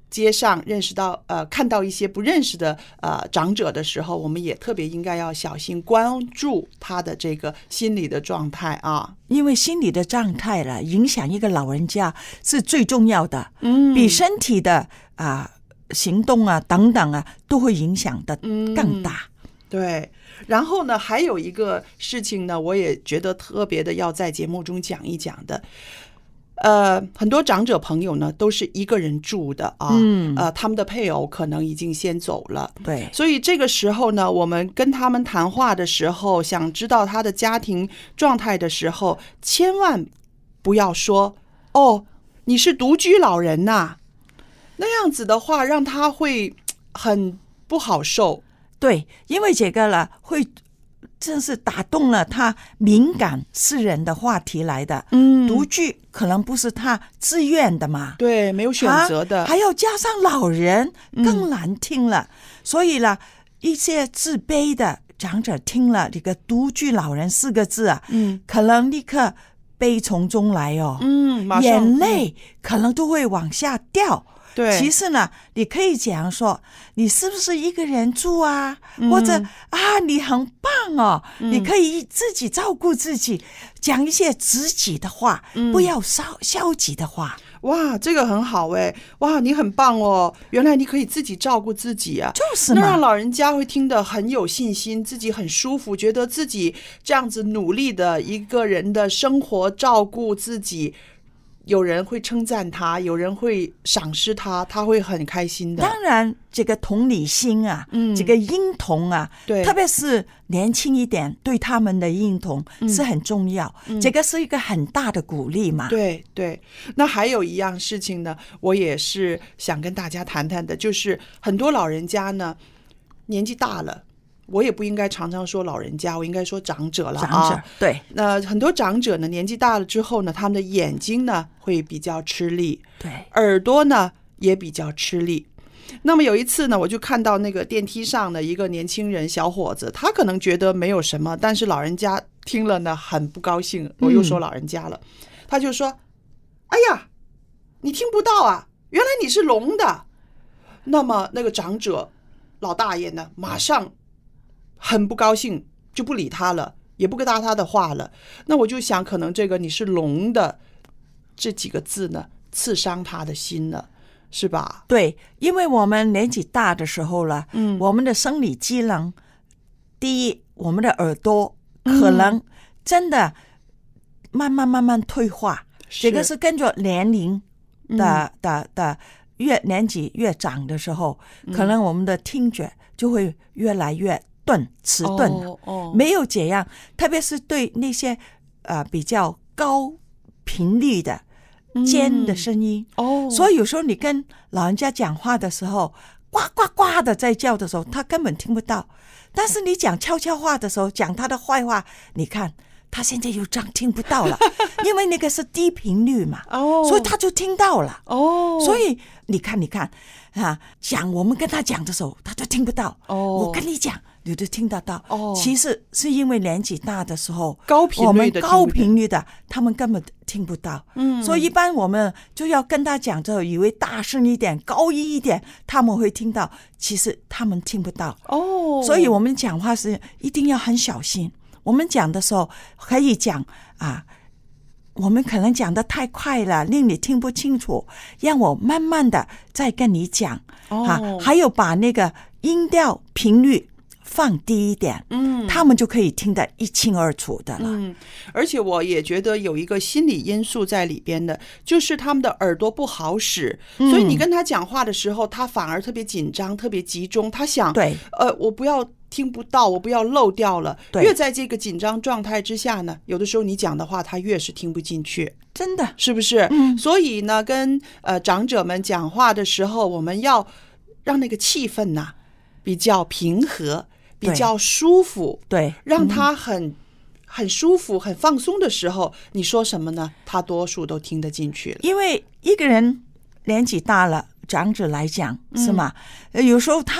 街上认识到呃看到一些不认识的呃长者的时候，我们也特别应该要小心关注他的这个心理的状态啊， 因为心理的状态了影响一个老人家是最重要的，嗯，比身体的啊、呃、行动啊等等啊都会影响的更大。 嗯，对。然后呢，还有一个事情呢，我也觉得特别的要在节目中讲一讲的。呃，很多长者朋友呢都是一个人住的啊，嗯，呃，他们的配偶可能已经先走了， 对， 所以这个时候呢，我们跟他们谈话的时候，想知道他的家庭状态的时候，千万不要说哦，你是独居老人呐，啊，那样子的话让他会很不好受。 对，因为这个了会真是打动了他敏感私人的话题来的。嗯，独居可能不是他自愿的嘛， 对，没有选择的， 啊，还要加上老人更难听了，嗯，所以呢，一些自卑的长者听了这个独居老人四个字啊，嗯，可能立刻悲从中来哦，嗯，马上眼泪可能都会往下掉。对，其实呢，你可以讲说，你是不是一个人住啊？嗯，或者啊，你很棒哦，嗯，你可以自己照顾自己，讲一些积极的话，嗯，不要消消极的话。 哇，这个很好哎！哇，你很棒哦！原来你可以自己照顾自己啊， 就是嘛， 那让老人家会听得很有信心，自己很舒服，觉得自己这样子努力的一个人的生活，照顾自己。有人会称赞他，有人会赏识他，他会很开心的。 当然这个同理心啊，嗯，这个认同啊，对，特别是年轻一点对他们的认同是很重要，嗯，这个是一个很大的鼓励嘛。 对对。那还有一样事情呢，我也是想跟大家谈谈的，就是很多老人家呢年纪大了，我也不应该常常说老人家，我应该说长者了啊。 长者，对。 那很多长者呢，年纪大了之后呢，他们的眼睛呢会比较吃力， 对， 耳朵呢也比较吃力。那么有一次呢，我就看到那个电梯上的一个年轻人小伙子，他可能觉得没有什么，但是老人家听了呢很不高兴。我又说老人家了，嗯，他就说：“哎呀，你听不到啊，原来你是聋的。”那么那个长者老大爷呢，马上很不高兴，就不理他了，也不跟搭他的话了。那我就想，可能这个你是聋的这几个字呢，刺伤他的心了，是吧？ 对，因为我们年纪大的时候了，嗯，我们的生理机能，第一，我们的耳朵可能真的慢慢慢慢退化，嗯，这个是跟着年龄的、嗯、的的越年纪越长的时候，可能我们的听觉就会越来越钝迟钝，哦哦，没有这样，特别是对那些呃比较高频率的尖的声音，嗯，哦，所以有时候你跟老人家讲话的时候，呱呱呱的在叫的时候，他根本听不到。但是你讲悄悄话的时候，讲他的坏话，你看他现在又这样听不到了，因为那个是低频率嘛，哦，所以他就听到了，哦，所以你看，你看啊，讲我们跟他讲的时候，他就听不到，哦，我跟你讲，你就听得到，哦，其实是因为年纪大的时候， 高频率的我们高频率的，他们根本听不到，嗯，所以一般我们就要跟他讲之后，以为大声一点、高音一点，他们会听到，其实他们听不到，哦，所以我们讲话是一定要很小心。我们讲的时候可以讲啊，我们可能讲得太快了，令你听不清楚，让我慢慢的再跟你讲，哦，啊，还有把那个音调频率放低一点，嗯，他们就可以听得一清二楚的了。 嗯，而且我也觉得有一个心理因素在里边的，就是他们的耳朵不好使，嗯，所以你跟他讲话的时候，他反而特别紧张，特别集中，他想， 对， 呃，我不要听不到，我不要漏掉了。越在这个紧张状态之下呢，有的时候你讲的话，他越是听不进去， 真的是不是？嗯，所以呢，跟呃长者们讲话的时候，我们要让那个气氛呐，啊，比较平和。比较舒服， 对， 让他很、嗯、很舒服、很放松的时候，你说什么呢？他多数都听得进去了。 因为一个人年纪大了，长者来讲，是吗？嗯，有时候他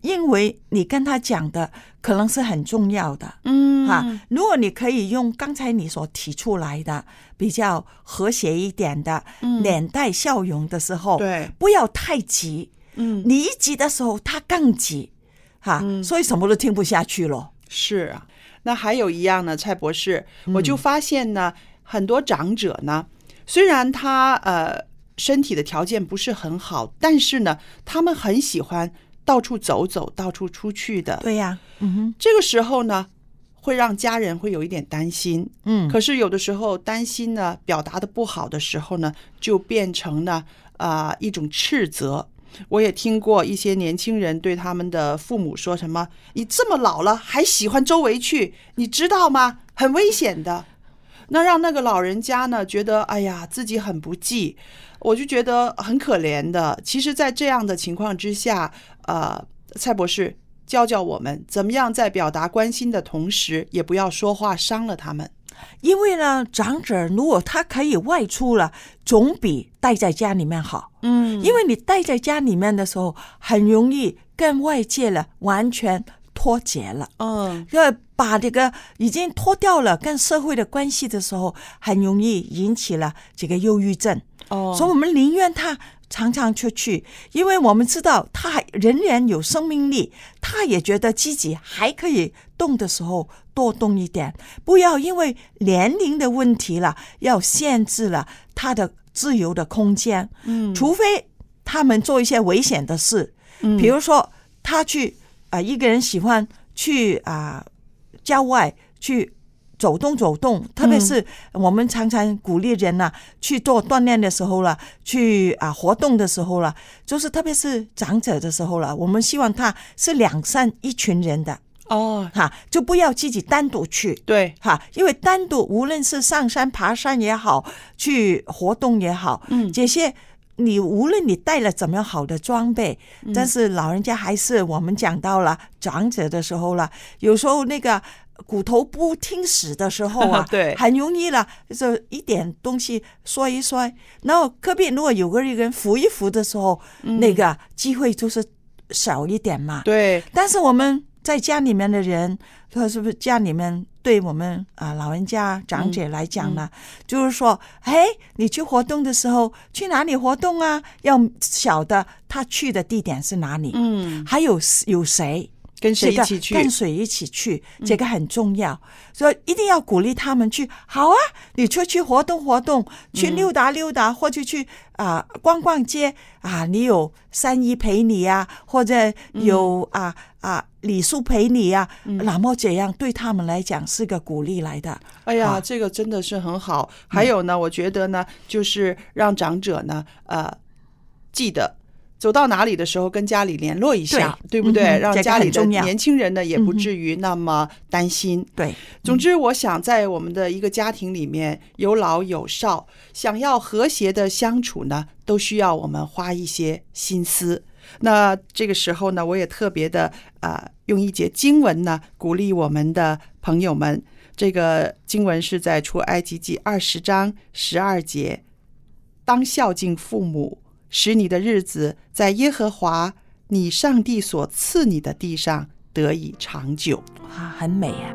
因为你跟他讲的可能是很重要的， 嗯啊，如果你可以用刚才你所提出来的比较和谐一点的，嗯，脸带笑容的时候， 对， 不要太急， 嗯， 你一急的时候他更急，哈，嗯，所以什么都听不下去了。 是啊，那还有一样呢，蔡博士，我就发现呢，嗯，很多长者呢，虽然他呃身体的条件不是很好，但是呢，他们很喜欢到处走走，到处出去的。 对呀，嗯哼， 这个时候呢，会让家人会有一点担心， 嗯， 可是有的时候担心呢，表达的不好的时候呢，就变成了啊，呃、一种斥责。我也听过一些年轻人对他们的父母说什么：“你这么老了还喜欢周围去，你知道吗？很危险的。”那让那个老人家呢觉得哎呀自己很不济，我就觉得很可怜的。其实在这样的情况之下，呃，蔡博士教教我们怎么样在表达关心的同时也不要说话伤了他们。 因为呢，长者如果他可以外出了，总比待在家里面好。 嗯， 因为你待在家里面的时候，很容易跟外界了完全脱节了。 嗯， 要把这个已经脱掉了跟社会的关系的时候，很容易引起了这个忧郁症。 哦， 所以我们宁愿他常常出去，因为我们知道他仍然有生命力，他也觉得自己还可以动的时候多动一点，不要因为年龄的问题了，要限制了他的自由的空间。 嗯， 除非他们做一些危险的事， 嗯， 比如说他去啊、呃，一个人喜欢去啊、呃、郊外去走动走动，特别是我们常常鼓励人呢、啊、去做锻炼的时候了，去啊活动的时候了，就是特别是长者的时候了，我们希望他是两三一群人的。 哦， 哈，就不要自己单独去， 对， 哈，因为单独无论是上山爬山也好，去活动也好， 嗯， 这些你无论你带了怎么样好的装备，嗯，但是老人家还是我们讲到了长者的时候了，有时候那个骨头不听使的时候啊， 对， 很容易了，就一点东西摔一摔，然后隔壁如果有个人扶一扶的时候，嗯，那个机会就是少一点嘛， 对， 但是我们在家里面的人，他是不是家里面对我们啊老人家长者来讲呢，嗯嗯，就是说，哎，你去活动的时候去哪里活动啊？要晓得他去的地点是哪里， 嗯， 还有有谁。 跟谁一起去， 跟谁一起去，这个很重要，嗯，所以一定要鼓励他们去。好啊，你出去活动活动，去溜达溜达，嗯，或者去啊、呃、逛逛街啊，你有三姨陪你啊，或者有、嗯、啊啊李叔陪你啊，嗯，那么这样对他们来讲是个鼓励来的。 哎呀，啊，这个真的是很好。还有呢，嗯，我觉得呢，就是让长者呢，呃，记得。走到哪里的时候跟家里联络一下， 对, 对不对，嗯，让家里的年轻人呢也不至于那么担心，嗯， 对， 总之我想在我们的一个家庭里面有老有少，想要和谐的相处呢都需要我们花一些心思。那这个时候呢我也特别的呃用一节经文呢鼓励我们的朋友们。这个经文是在出埃及记二十章十二节，当孝敬父母，使你的日子在耶和华你上帝所赐你的地上得以长久。 啊，很美啊。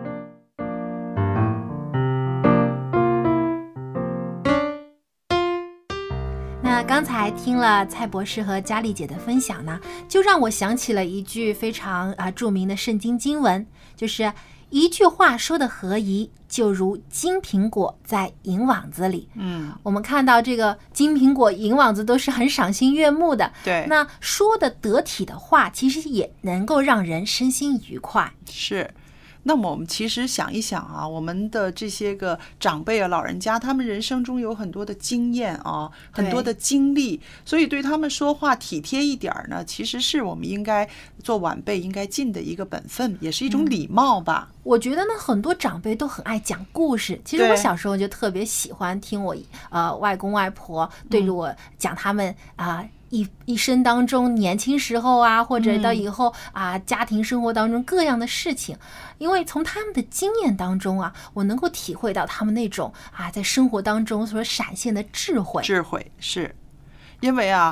那刚才听了蔡博士和佳丽姐的分享呢，就让我想起了一句非常啊著名的圣经经文，就是一句话说的合宜，就如金苹果在银网子里。 嗯， 我们看到这个金苹果、银网子都是很赏心悦目的。 对， 那说的得体的话，其实也能够让人身心愉快。 是。那么我们其实想一想啊，我们的这些个长辈啊、老人家，他们人生中有很多的经验啊，很多的经历，所以对他们说话体贴一点呢，其实是我们应该做晚辈应该尽的一个本分，也是一种礼貌吧。 嗯，我觉得呢，很多长辈都很爱讲故事。其实我小时候就特别喜欢听我呃外公外婆对着我讲他们啊。呃一一生当中年轻时候啊，或者到以后啊，家庭生活当中各样的事情，因为从他们的经验当中啊，我能够体会到他们那种啊在生活当中所闪现的智慧。 智慧是因为啊，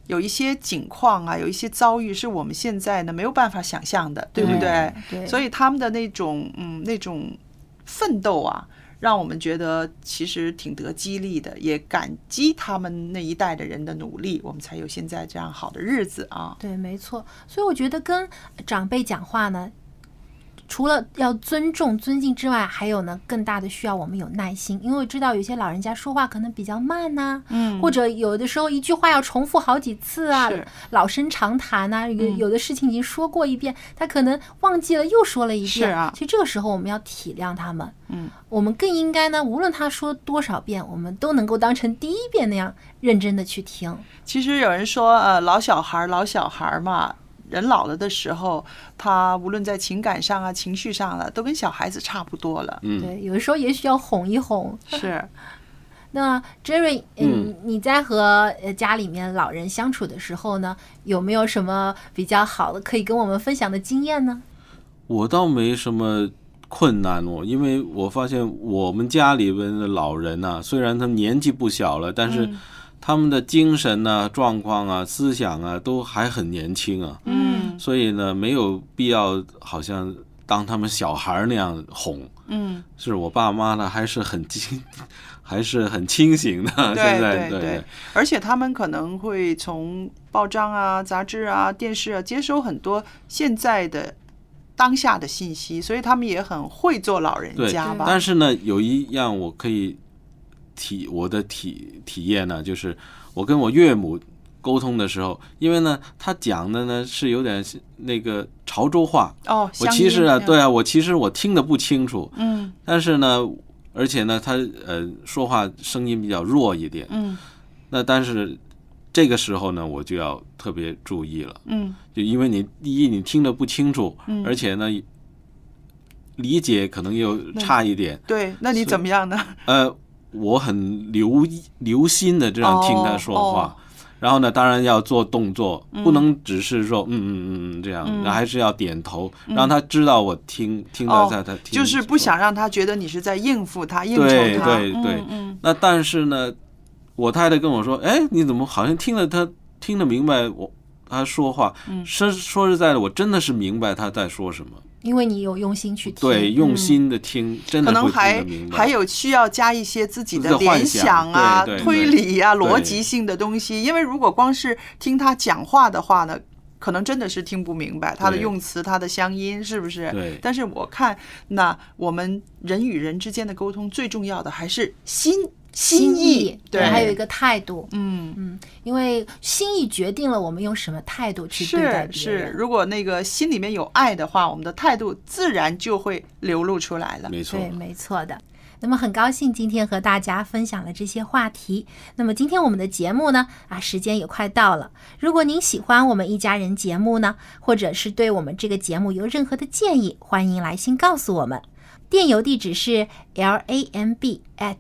有一些境况啊，有一些遭遇是我们现在呢没有办法想象的，对不对？ 对， 所以他们的那种嗯那种奋斗啊，让我们觉得其实挺得激励的，也感激他们那一代的人的努力，我们才有现在这样好的日子啊。 对，没错。所以我觉得跟长辈讲话呢，除了要尊重尊敬之外，还有呢更大的需要我们有耐心，因为我知道有些老人家说话可能比较慢呐、啊，嗯，或者有的时候一句话要重复好几次啊，老生常谈呐、啊，有有的事情已经说过一遍，嗯、他可能忘记了又说了一遍， 是啊， 其实这个时候我们要体谅他们，嗯，我们更应该呢，无论他说多少遍，我们都能够当成第一遍那样认真的去听。 其实有人说，呃，老小孩老小孩嘛。人老了的时候，他无论在情感上啊、情绪上了，都跟小孩子差不多了。 嗯，对，有的时候也许要哄一哄。 是。 那 Jerry， 嗯，你在和家里面老人相处的时候呢，有没有什么比较好的可以跟我们分享的经验呢？ 我倒没什么困难哦，因为我发现我们家里边的老人啊，虽然他们年纪不小了，但是、嗯他们的精神啊、状况啊、思想啊，都还很年轻啊。嗯，所以呢，没有必要好像当他们小孩那样哄。嗯，是我爸妈呢，还是很清，还是很清醒的。 对现在对 对, 对，而且他们可能会从报章啊、杂志啊、电视啊接收很多现在的当下的信息，所以他们也很会做老人家吧。 但是呢，有一样我可以。体我的体体验呢，就是我跟我岳母沟通的时候，因为呢，他讲的呢是有点那个潮州话哦， 我其实啊，对啊，我其实我听得不清楚，嗯，但是呢，而且呢，他呃说话声音比较弱一点，嗯，那但是这个时候呢，我就要特别注意了，嗯，就因为你第一你听得不清楚，嗯，而且呢，理解可能又差一点， 对，那你怎么样呢？ 呃。我很留留心的这样听他说话，哦哦、然后呢，当然要做动作，嗯、不能只是说嗯嗯嗯嗯这样，嗯、还是要点头，嗯、让他知道我听听到在他听、哦， 就是不想让他觉得你是在应付他、应酬他。 对对对，嗯嗯、那但是呢，我太太跟我说，哎，你怎么好像听了他听得明白我他说话？嗯，说说实在的，我真的是明白他在说什么。 因为你有用心去听， 对，用心的听，嗯、真的会听得明白。 可能还还有需要加一些自己的联想啊、 对对对推理啊、逻辑性的东西。因为如果光是听他讲话的话呢，可能真的是听不明白他的用词、他的乡音，是不是？ 对。 但是我看，那我们人与人之间的沟通，最重要的还是心。心意， 对，还有一个态度，嗯嗯，因为心意决定了我们用什么态度去对待别人。 是是，如果那个心里面有爱的话，我们的态度自然就会流露出来了。 没错， 对，没错的。那么很高兴今天和大家分享了这些话题。那么今天我们的节目呢，啊，时间也快到了。如果您喜欢我们一家人节目呢，或者是对我们这个节目有任何的建议，欢迎来信告诉我们。电邮地址是 l a m b at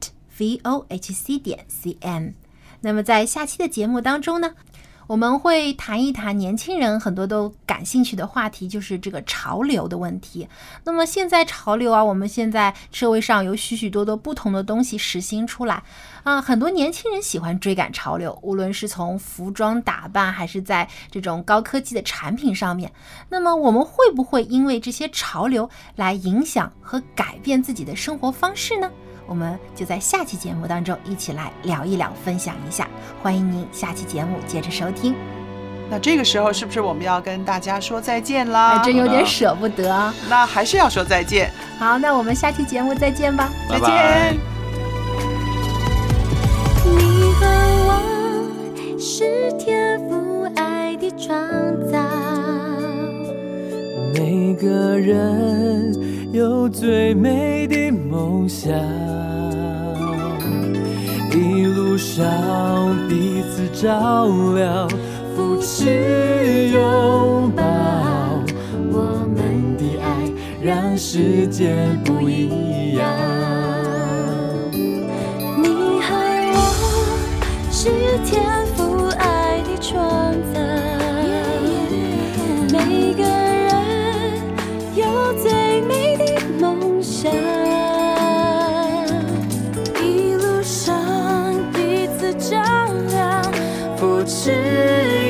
vohc 点 cn。 那么在下期的节目当中呢，我们会谈一谈年轻人很多都感兴趣的话题，就是这个潮流的问题。那么现在潮流啊，我们现在社会上有许许多多不同的东西实行出来啊，很多年轻人喜欢追赶潮流，无论是从服装打扮还是在这种高科技的产品上面。那么我们会不会因为这些潮流来影响和改变自己的生活方式呢？我们就在下期节目当中一起来聊一聊，分享一下。欢迎您下期节目接着收听。 那这个时候是不是我们要跟大家说再见啦？ 还真有点舍不得。 那还是要说再见。 好，那我们下期节目再见吧。 再见。 你和我是天父爱的创造， 每个人有最美的梦想，一路上彼此照亮，扶持拥抱，我们的爱让世界不一样。 你和我是天父爱的创造，每个人有最美的梦想，一路上彼此照亮，扶持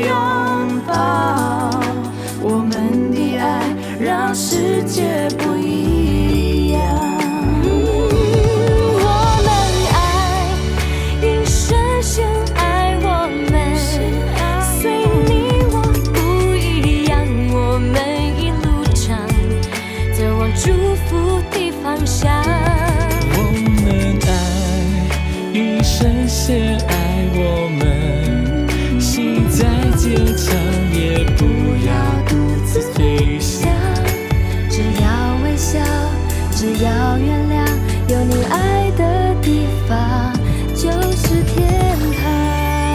祝福的方向。 我们爱，一生先爱我们，心再坚强也不要独自飞翔。 只要微笑，只要原谅，有你爱的地方就是天堂。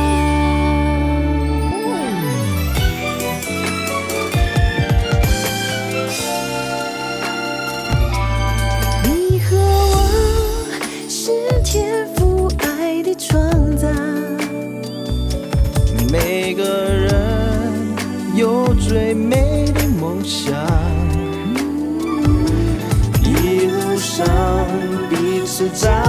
你和我是天父爱的创造， 每个人有最美的梦想，一路上彼此照